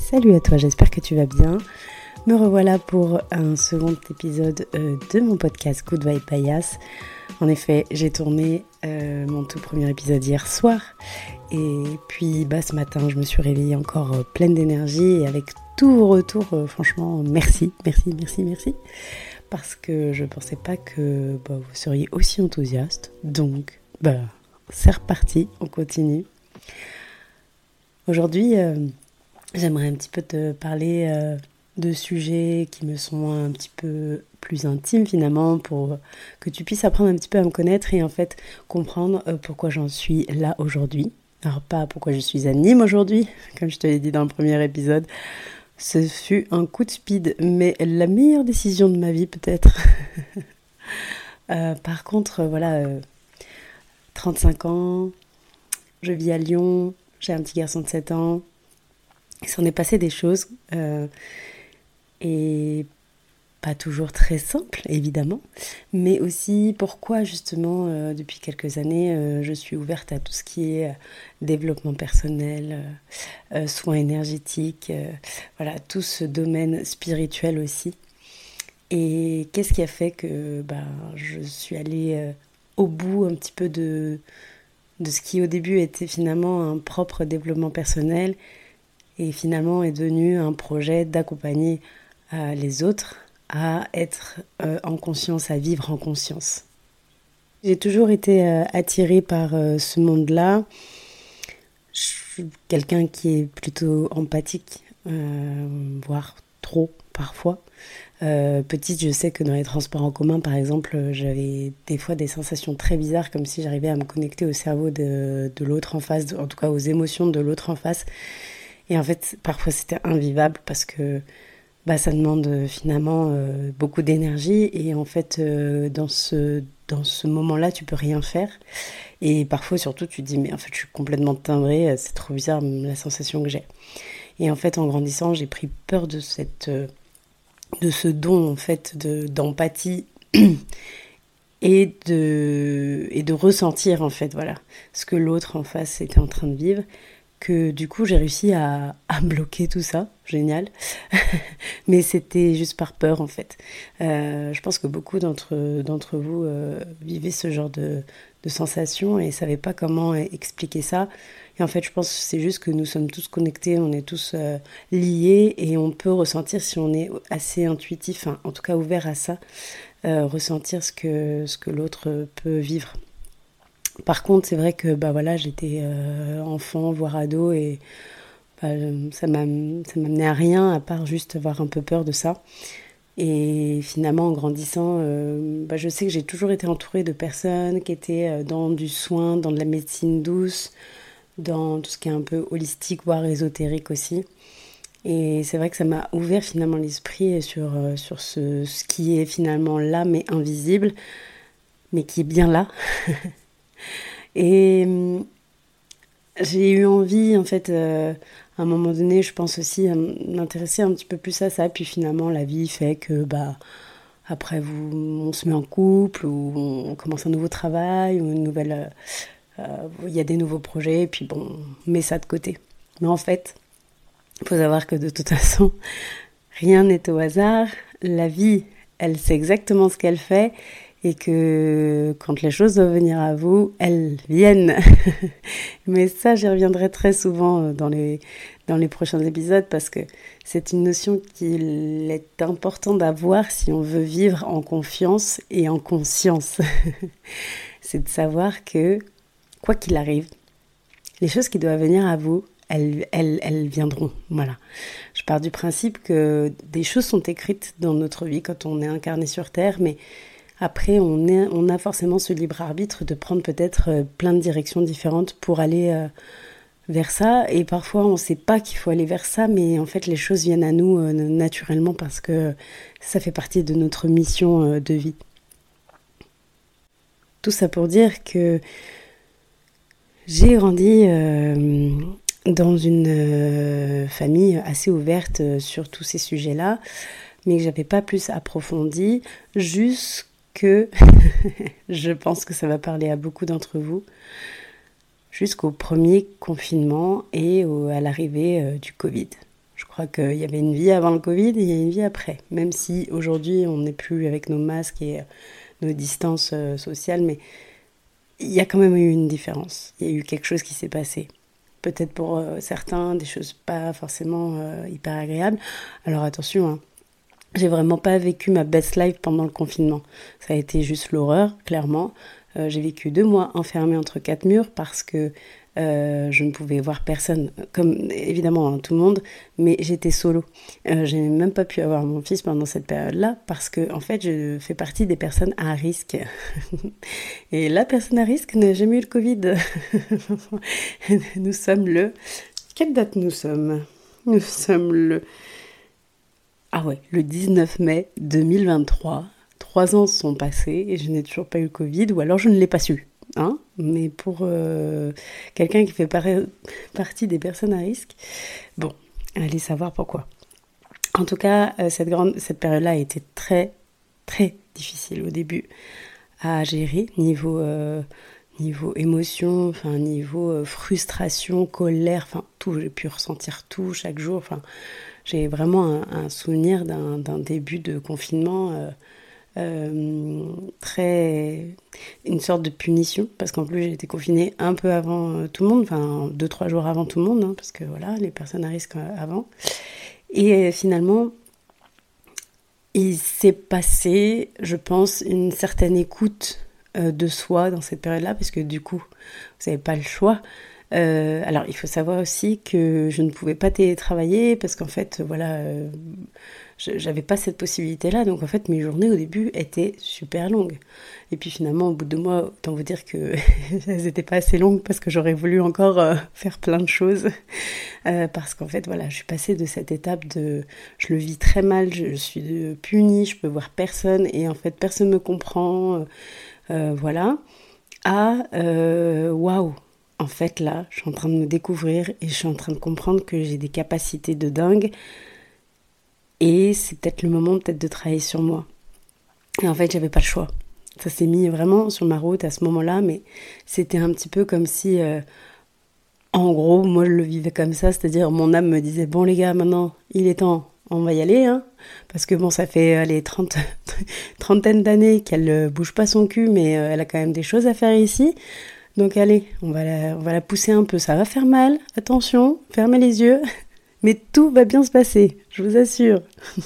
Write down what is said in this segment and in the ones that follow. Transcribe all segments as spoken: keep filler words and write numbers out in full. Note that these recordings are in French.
Salut à toi, j'espère que tu vas bien. Me revoilà pour un second épisode euh, de mon podcast Good Vibe by Yas. En effet, j'ai tourné euh, mon tout premier épisode hier soir. Et puis bah, ce matin, je me suis réveillée encore euh, pleine d'énergie et avec tous vos retours, euh, franchement, merci, merci, merci, merci. Parce que je ne pensais pas que bah, vous seriez aussi enthousiaste. Donc, bah, c'est reparti, on continue. Aujourd'hui, euh, j'aimerais un petit peu te parler euh, de sujets qui me sont un petit peu plus intimes finalement pour que tu puisses apprendre un petit peu à me connaître et en fait comprendre euh, pourquoi j'en suis là aujourd'hui. Alors pas pourquoi je suis à Nîmes aujourd'hui, comme je te l'ai dit dans le premier épisode. Ce fut un coup de speed, mais la meilleure décision de ma vie peut-être. euh, par contre, voilà, euh, trente-cinq ans, je vis à Lyon, j'ai un petit garçon de sept ans. Il s'en est passé des choses euh, et pas toujours très simples, évidemment, mais aussi pourquoi justement euh, depuis quelques années euh, je suis ouverte à tout ce qui est euh, développement personnel, euh, euh, soins énergétiques, euh, voilà, tout ce domaine spirituel aussi. Et qu'est-ce qui a fait que bah, je suis allée euh, au bout un petit peu de, de ce qui au début était finalement un propre développement personnel et finalement est devenu un projet d'accompagner euh, les autres à être euh, en conscience, à vivre en conscience. J'ai toujours été euh, attirée par euh, ce monde-là. Je suis quelqu'un qui est plutôt empathique, euh, voire trop parfois. Euh, petite, je sais que dans les transports en commun, par exemple, j'avais des fois des sensations très bizarres, comme si j'arrivais à me connecter au cerveau de, de l'autre en face, en tout cas aux émotions de l'autre en face. Et en fait, parfois c'était invivable parce que bah, ça demande euh, finalement euh, beaucoup d'énergie et en fait euh, dans ce, dans ce moment-là tu peux rien faire et parfois surtout tu te dis mais en fait je suis complètement timbrée, c'est trop bizarre la sensation que j'ai. Et en fait en grandissant j'ai pris peur de, cette, euh, de ce don en fait de, d'empathie et de, et de ressentir en fait voilà, ce que l'autre en face était en train de vivre. Que du coup j'ai réussi à, à bloquer tout ça, génial, mais c'était juste par peur en fait. Euh, je pense que beaucoup d'entre, d'entre vous euh, vivaient ce genre de, de sensations et ne savaient pas comment expliquer ça. Et en fait je pense que c'est juste que nous sommes tous connectés, on est tous euh, liés et on peut ressentir si on est assez intuitif, hein, en tout cas ouvert à ça, euh, ressentir ce que, ce que l'autre peut vivre. Par contre, c'est vrai que bah voilà, j'étais euh, enfant, voire ado, et bah, ça m'a, ça m'amenait à rien à part juste avoir un peu peur de ça. Et finalement, en grandissant, euh, bah, je sais que j'ai toujours été entourée de personnes qui étaient dans du soin, dans de la médecine douce, dans tout ce qui est un peu holistique, voire ésotérique aussi. Et c'est vrai que ça m'a ouvert finalement l'esprit sur, sur ce, ce qui est finalement là, mais invisible, mais qui est bien là. Et euh, j'ai eu envie, en fait, euh, à un moment donné, je pense aussi à m'intéresser un petit peu plus à ça. Puis finalement, la vie fait que, bah, après, vous, on se met en couple, ou on commence un nouveau travail, ou une nouvelle, euh, il y a des nouveaux projets, et puis bon, on met ça de côté. Mais en fait, il faut savoir que de toute façon, rien n'est au hasard. La vie, elle sait exactement ce qu'elle fait. Et que quand les choses doivent venir à vous, elles viennent. Mais ça, j'y reviendrai très souvent dans les, dans les prochains épisodes parce que c'est une notion qu'il est important d'avoir si on veut vivre en confiance et en conscience. C'est de savoir que, quoi qu'il arrive, les choses qui doivent venir à vous, elles, elles, elles viendront. Voilà. Je pars du principe que des choses sont écrites dans notre vie quand on est incarné sur Terre, mais après, on, est, on a forcément ce libre arbitre de prendre peut-être euh, plein de directions différentes pour aller euh, vers ça. Et parfois, on ne sait pas qu'il faut aller vers ça, mais en fait, les choses viennent à nous euh, naturellement parce que ça fait partie de notre mission euh, de vie. Tout ça pour dire que j'ai grandi euh, dans une euh, famille assez ouverte euh, sur tous ces sujets-là, mais que je n'avais pas plus approfondi, jusqu'à que je pense que ça va parler à beaucoup d'entre vous, jusqu'au premier confinement et au, à l'arrivée euh, du Covid. Je crois qu'il y avait une vie avant le Covid et il y a une vie après. Même si aujourd'hui, on n'est plus avec nos masques et nos distances euh, sociales, mais il y a quand même eu une différence. Il y a eu quelque chose qui s'est passé. Peut-être pour euh, certains, des choses pas forcément euh, hyper agréables. Alors attention, hein, j'ai vraiment pas vécu ma best life pendant le confinement. Ça a été juste l'horreur, clairement. Euh, j'ai vécu deux mois enfermée entre quatre murs parce que euh, je ne pouvais voir personne, comme évidemment hein, tout le monde, mais j'étais solo. Euh, j'ai même pas pu avoir mon fils pendant cette période-là parce que en fait je fais partie des personnes à risque. Et la personne à risque n'a jamais eu le Covid. Nous sommes le... Quelle date nous sommes ? Nous sommes le... Ah ouais, le dix-neuf mai deux mille vingt-trois. Trois ans sont passés et je n'ai toujours pas eu le Covid, ou alors je ne l'ai pas su. Hein, mais pour euh, quelqu'un qui fait par- partie des personnes à risque, bon, allez savoir pourquoi. En tout cas, euh, cette, grande, cette période-là a été très, très difficile au début à gérer, niveau, euh, niveau émotion, enfin, niveau euh, frustration, colère, enfin tout, j'ai pu ressentir tout chaque jour. Enfin, j'ai vraiment un, un souvenir d'un, d'un début de confinement euh, Euh, très une sorte de punition parce qu'en plus j'ai été confinée un peu avant euh, tout le monde, enfin deux trois jours avant tout le monde hein, parce que voilà les personnes à risque euh, avant et euh, finalement il s'est passé je pense une certaine écoute euh, de soi dans cette période là parce que du coup vous n'avez pas le choix. Euh, alors il faut savoir aussi que je ne pouvais pas télétravailler parce qu'en fait voilà euh, j'avais pas cette possibilité-là, donc en fait mes journées au début étaient super longues. Et puis finalement au bout de deux mois, autant vous dire que elles étaient pas assez longues parce que j'aurais voulu encore euh, faire plein de choses. Euh, parce qu'en fait voilà, je suis passée de cette étape de je le vis très mal, je, je suis de, punie, je peux voir personne et en fait personne me comprend, euh, euh, voilà, à euh, waouh. En fait là, je suis en train de me découvrir et je suis en train de comprendre que j'ai des capacités de dingue. Et c'est peut-être le moment peut-être de travailler sur moi. Et en fait, j'avais pas le choix. Ça s'est mis vraiment sur ma route à ce moment-là, mais c'était un petit peu comme si, euh, en gros, moi je le vivais comme ça, c'est-à-dire mon âme me disait, bon les gars, maintenant, il est temps, on va y aller, hein, parce que bon, ça fait allez, trente, trentaine d'années qu'elle euh, bouge pas son cul, mais euh, elle a quand même des choses à faire ici. Donc allez, on va la, on va la pousser un peu, ça va faire mal, attention, fermez les yeux. Mais tout va bien se passer, je vous assure.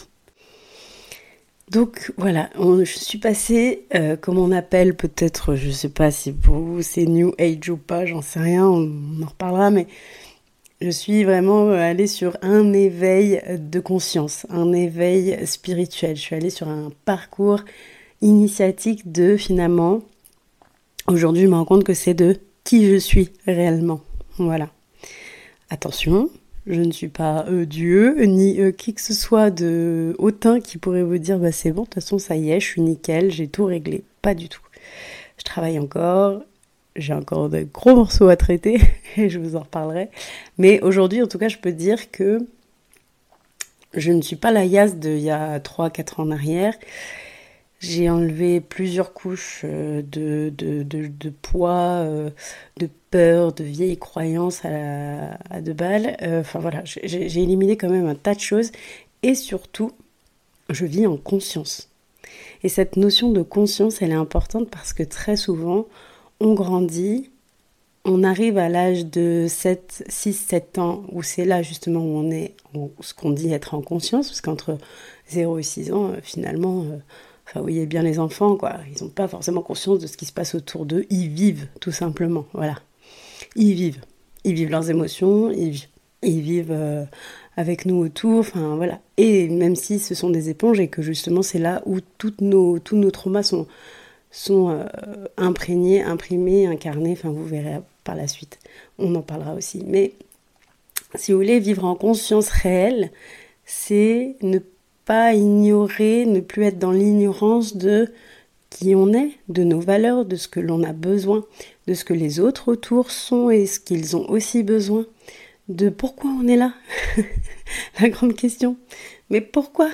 Donc voilà, on, je suis passée, euh, comme on appelle peut-être, je sais pas si pour vous c'est New Age ou pas, j'en sais rien, on, on en reparlera, mais je suis vraiment allée sur un éveil de conscience, un éveil spirituel. Je suis allée sur un parcours initiatique de finalement, aujourd'hui je me rends compte que c'est de qui je suis réellement. Voilà. Attention. Je ne suis pas euh, Dieu, ni euh, qui que ce soit de hautain qui pourrait vous dire bah, « c'est bon, de toute façon, ça y est, je suis nickel, j'ai tout réglé ». Pas du tout. Je travaille encore, j'ai encore de gros morceaux à traiter, et je vous en reparlerai. Mais aujourd'hui, en tout cas, je peux dire que je ne suis pas la Yas d'il y a trois quatre ans en arrière. J'ai enlevé plusieurs couches de, de, de, de poids, de peur, de vieilles croyances à, la, à deux balles. Enfin voilà, j'ai, j'ai éliminé quand même un tas de choses. Et surtout, je vis en conscience. Et cette notion de conscience, elle est importante parce que très souvent, on grandit, on arrive à l'âge de sept, six, sept ans, où c'est là justement où on est, ce qu'on dit être en conscience, parce qu'entre zéro et six ans, finalement... Enfin, vous voyez bien les enfants, quoi. Ils n'ont pas forcément conscience de ce qui se passe autour d'eux. Ils vivent, tout simplement. Voilà. Ils vivent. Ils vivent leurs émotions. Ils vivent, ils vivent euh, avec nous autour. Enfin, voilà. Et même si ce sont des éponges et que justement, c'est là où toutes nos, tous nos traumas sont, sont euh, imprégnés, imprimés, incarnés. Enfin, vous verrez par la suite. On en parlera aussi. Mais si vous voulez vivre en conscience réelle, c'est ne pas pas ignorer, ne plus être dans l'ignorance de qui on est, de nos valeurs, de ce que l'on a besoin, de ce que les autres autour sont et ce qu'ils ont aussi besoin, de pourquoi on est là. La grande question. Mais pourquoi ?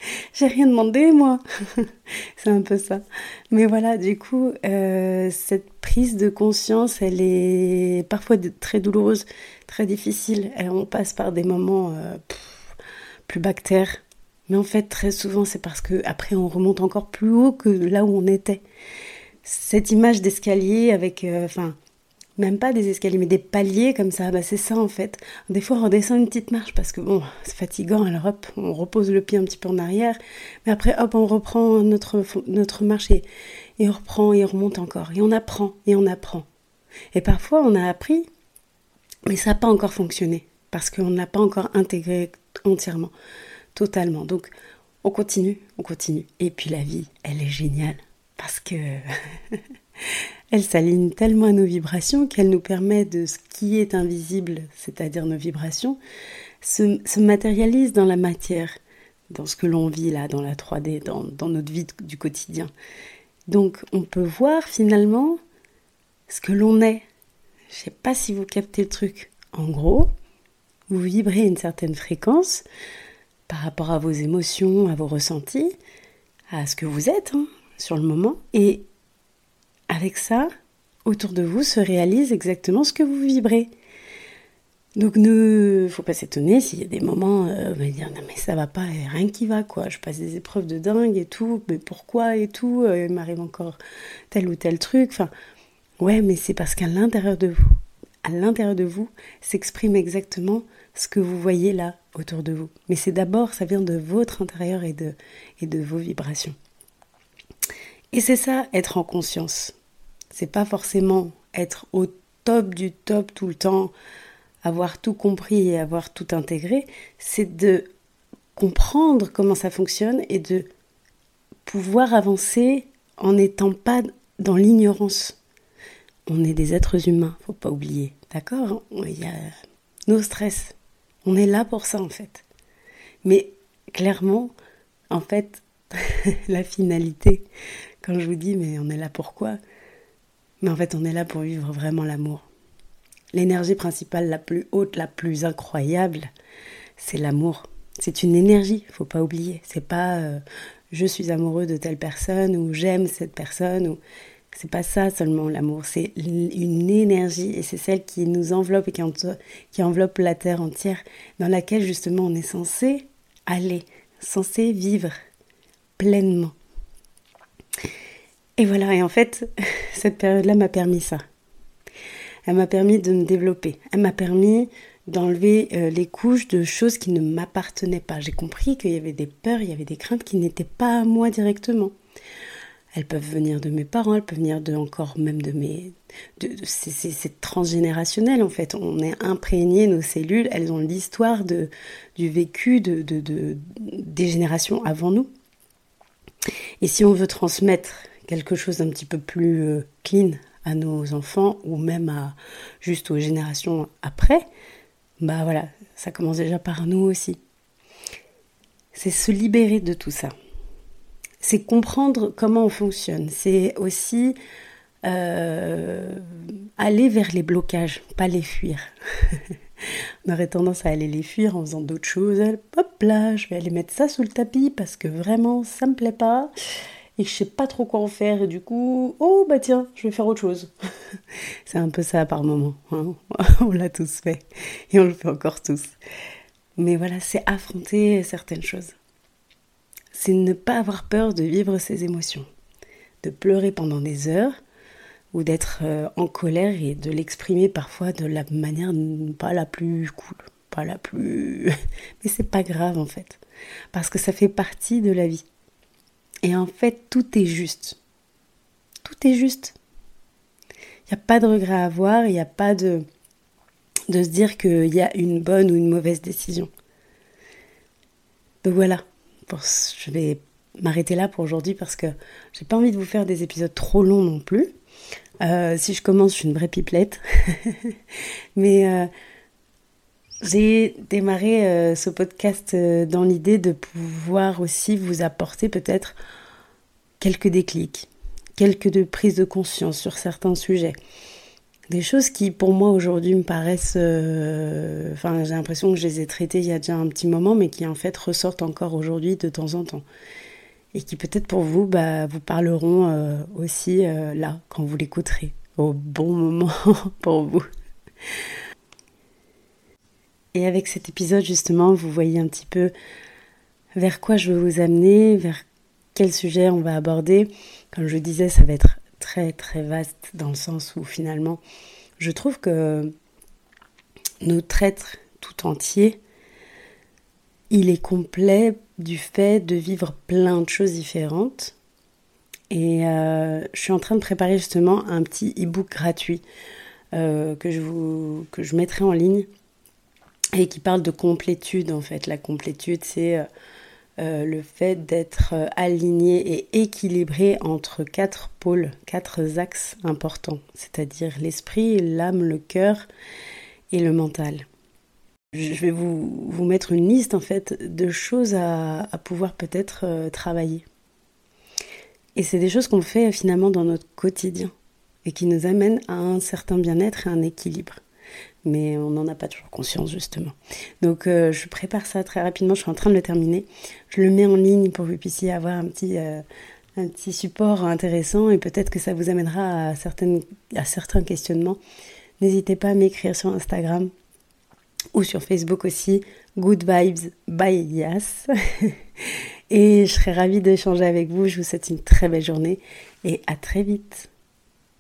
J'ai rien demandé, moi. C'est un peu ça. Mais voilà, du coup, euh, cette prise de conscience, elle est parfois de- très douloureuse, très difficile. Et on passe par des moments euh, pff, plus bactères. Mais en fait, très souvent, c'est parce que après, on remonte encore plus haut que là où on était. Cette image d'escalier avec, euh, enfin, même pas des escaliers, mais des paliers comme ça, bah c'est ça en fait. Des fois, on redescend une petite marche parce que bon, c'est fatigant, alors hop, on repose le pied un petit peu en arrière, mais après, hop, on reprend notre, notre marche et, et on reprend et on remonte encore, et on apprend, et on apprend. Et parfois, on a appris, mais ça n'a pas encore fonctionné, parce qu'on n'a pas encore intégré entièrement, totalement. Donc, on continue, on continue. Et puis la vie, elle est géniale, parce que... Elle s'aligne tellement à nos vibrations qu'elle nous permet de ce qui est invisible, c'est-à-dire nos vibrations, se, se matérialise dans la matière, dans ce que l'on vit là, dans la trois D, dans, dans notre vie du quotidien. Donc on peut voir finalement ce que l'on est. Je ne sais pas si vous captez le truc. En gros, vous vibrez une certaine fréquence par rapport à vos émotions, à vos ressentis, à ce que vous êtes hein, sur le moment, et avec ça, autour de vous se réalise exactement ce que vous vibrez. Donc ne faut pas s'étonner s'il y a des moments euh, on va dire non mais ça va pas, il y a rien qui va quoi, je passe des épreuves de dingue et tout, mais pourquoi et tout, euh, il m'arrive encore tel ou tel truc, enfin ouais mais c'est parce qu'à l'intérieur de vous, à l'intérieur de vous s'exprime exactement ce que vous voyez là autour de vous. Mais c'est d'abord, ça vient de votre intérieur et de, et de vos vibrations. Et c'est ça, être en conscience. C'est pas forcément être au top du top tout le temps, avoir tout compris et avoir tout intégré. C'est de comprendre comment ça fonctionne et de pouvoir avancer en n'étant pas dans l'ignorance. On est des êtres humains, faut pas oublier, d'accord ? Il y a nos stress. On est là pour ça en fait. Mais clairement, en fait, la finalité... Quand je vous dis, mais on est là pourquoi ? Mais en fait, on est là pour vivre vraiment l'amour. L'énergie principale la plus haute, la plus incroyable, c'est l'amour. C'est une énergie, faut pas oublier. C'est pas euh, je suis amoureux de telle personne ou j'aime cette personne. Ou... C'est pas ça seulement l'amour, c'est une énergie et c'est celle qui nous enveloppe et qui, en... qui enveloppe la terre entière, dans laquelle justement on est censé aller, censé vivre pleinement. Et voilà, et en fait, cette période-là m'a permis ça. Elle m'a permis de me développer. Elle m'a permis d'enlever euh, les couches de choses qui ne m'appartenaient pas. J'ai compris qu'il y avait des peurs, il y avait des craintes qui n'étaient pas à moi directement. Elles peuvent venir de mes parents, elles peuvent venir de encore même de mes... De, de, c'est, c'est, c'est transgénérationnel en fait. On est imprégné, nos cellules, elles ont l'histoire de, du vécu de, de, de, des générations avant nous. Et si on veut transmettre quelque chose d'un petit peu plus euh, clean à nos enfants ou même à juste aux générations après, bah voilà, ça commence déjà par nous aussi. C'est se libérer de tout ça. C'est comprendre comment on fonctionne. C'est aussi euh, aller vers les blocages, pas les fuir. On aurait tendance à aller les fuir en faisant d'autres choses. Hop là, je vais aller mettre ça sous le tapis parce que vraiment ça me plaît pas. Et je sais pas trop quoi en faire, et du coup, oh bah tiens, je vais faire autre chose. C'est un peu ça par moment, hein. On l'a tous fait, et on le fait encore tous. Mais voilà, c'est affronter certaines choses. C'est ne pas avoir peur de vivre ses émotions, de pleurer pendant des heures, ou d'être euh, en colère et de l'exprimer parfois de la manière pas la plus cool, pas la plus... Mais c'est pas grave en fait, parce que ça fait partie de la vie. Et en fait, tout est juste. Tout est juste. Il n'y a pas de regret à avoir, il n'y a pas de, de se dire qu'il y a une bonne ou une mauvaise décision. Donc voilà, pour, je vais m'arrêter là pour aujourd'hui parce que j'ai pas envie de vous faire des épisodes trop longs non plus. Euh, si je commence, je suis une vraie pipelette. Mais euh, j'ai démarré euh, ce podcast euh, dans l'idée de pouvoir aussi vous apporter peut-être quelques déclics, quelques de prises de conscience sur certains sujets. Des choses qui pour moi aujourd'hui me paraissent... euh, Enfin j'ai l'impression que je les ai traitées il y a déjà un petit moment, mais qui en fait ressortent encore aujourd'hui de temps en temps. Et qui peut-être pour vous, bah, vous parleront euh, aussi euh, là, quand vous l'écouterez, au bon moment pour vous. Et avec cet épisode justement, vous voyez un petit peu vers quoi je veux vous amener, vers quel sujet on va aborder. Comme je disais, ça va être très très vaste dans le sens où finalement, je trouve que notre être tout entier, il est complet du fait de vivre plein de choses différentes. Et euh, je suis en train de préparer justement un petit e-book gratuit euh, que, je vous, que je mettrai en ligne et qui parle de complétude en fait. La complétude, c'est euh, euh, le fait d'être euh, aligné et équilibré entre quatre pôles, quatre axes importants, c'est-à-dire l'esprit, l'âme, le cœur et le mental. Je vais vous, vous mettre une liste en fait de choses à, à pouvoir peut-être euh, travailler. Et c'est des choses qu'on fait finalement dans notre quotidien et qui nous amènent à un certain bien-être et un équilibre. Mais on n'en a pas toujours conscience justement. Donc euh, je prépare ça très rapidement, je suis en train de le terminer. Je le mets en ligne pour que vous puissiez avoir un petit, euh, un petit support intéressant et peut-être que ça vous amènera à, certaines, à certains questionnements. N'hésitez pas à m'écrire sur Instagram ou sur Facebook aussi, Good Vibes by Yas. Et je serai ravie d'échanger avec vous. Je vous souhaite une très belle journée et à très vite.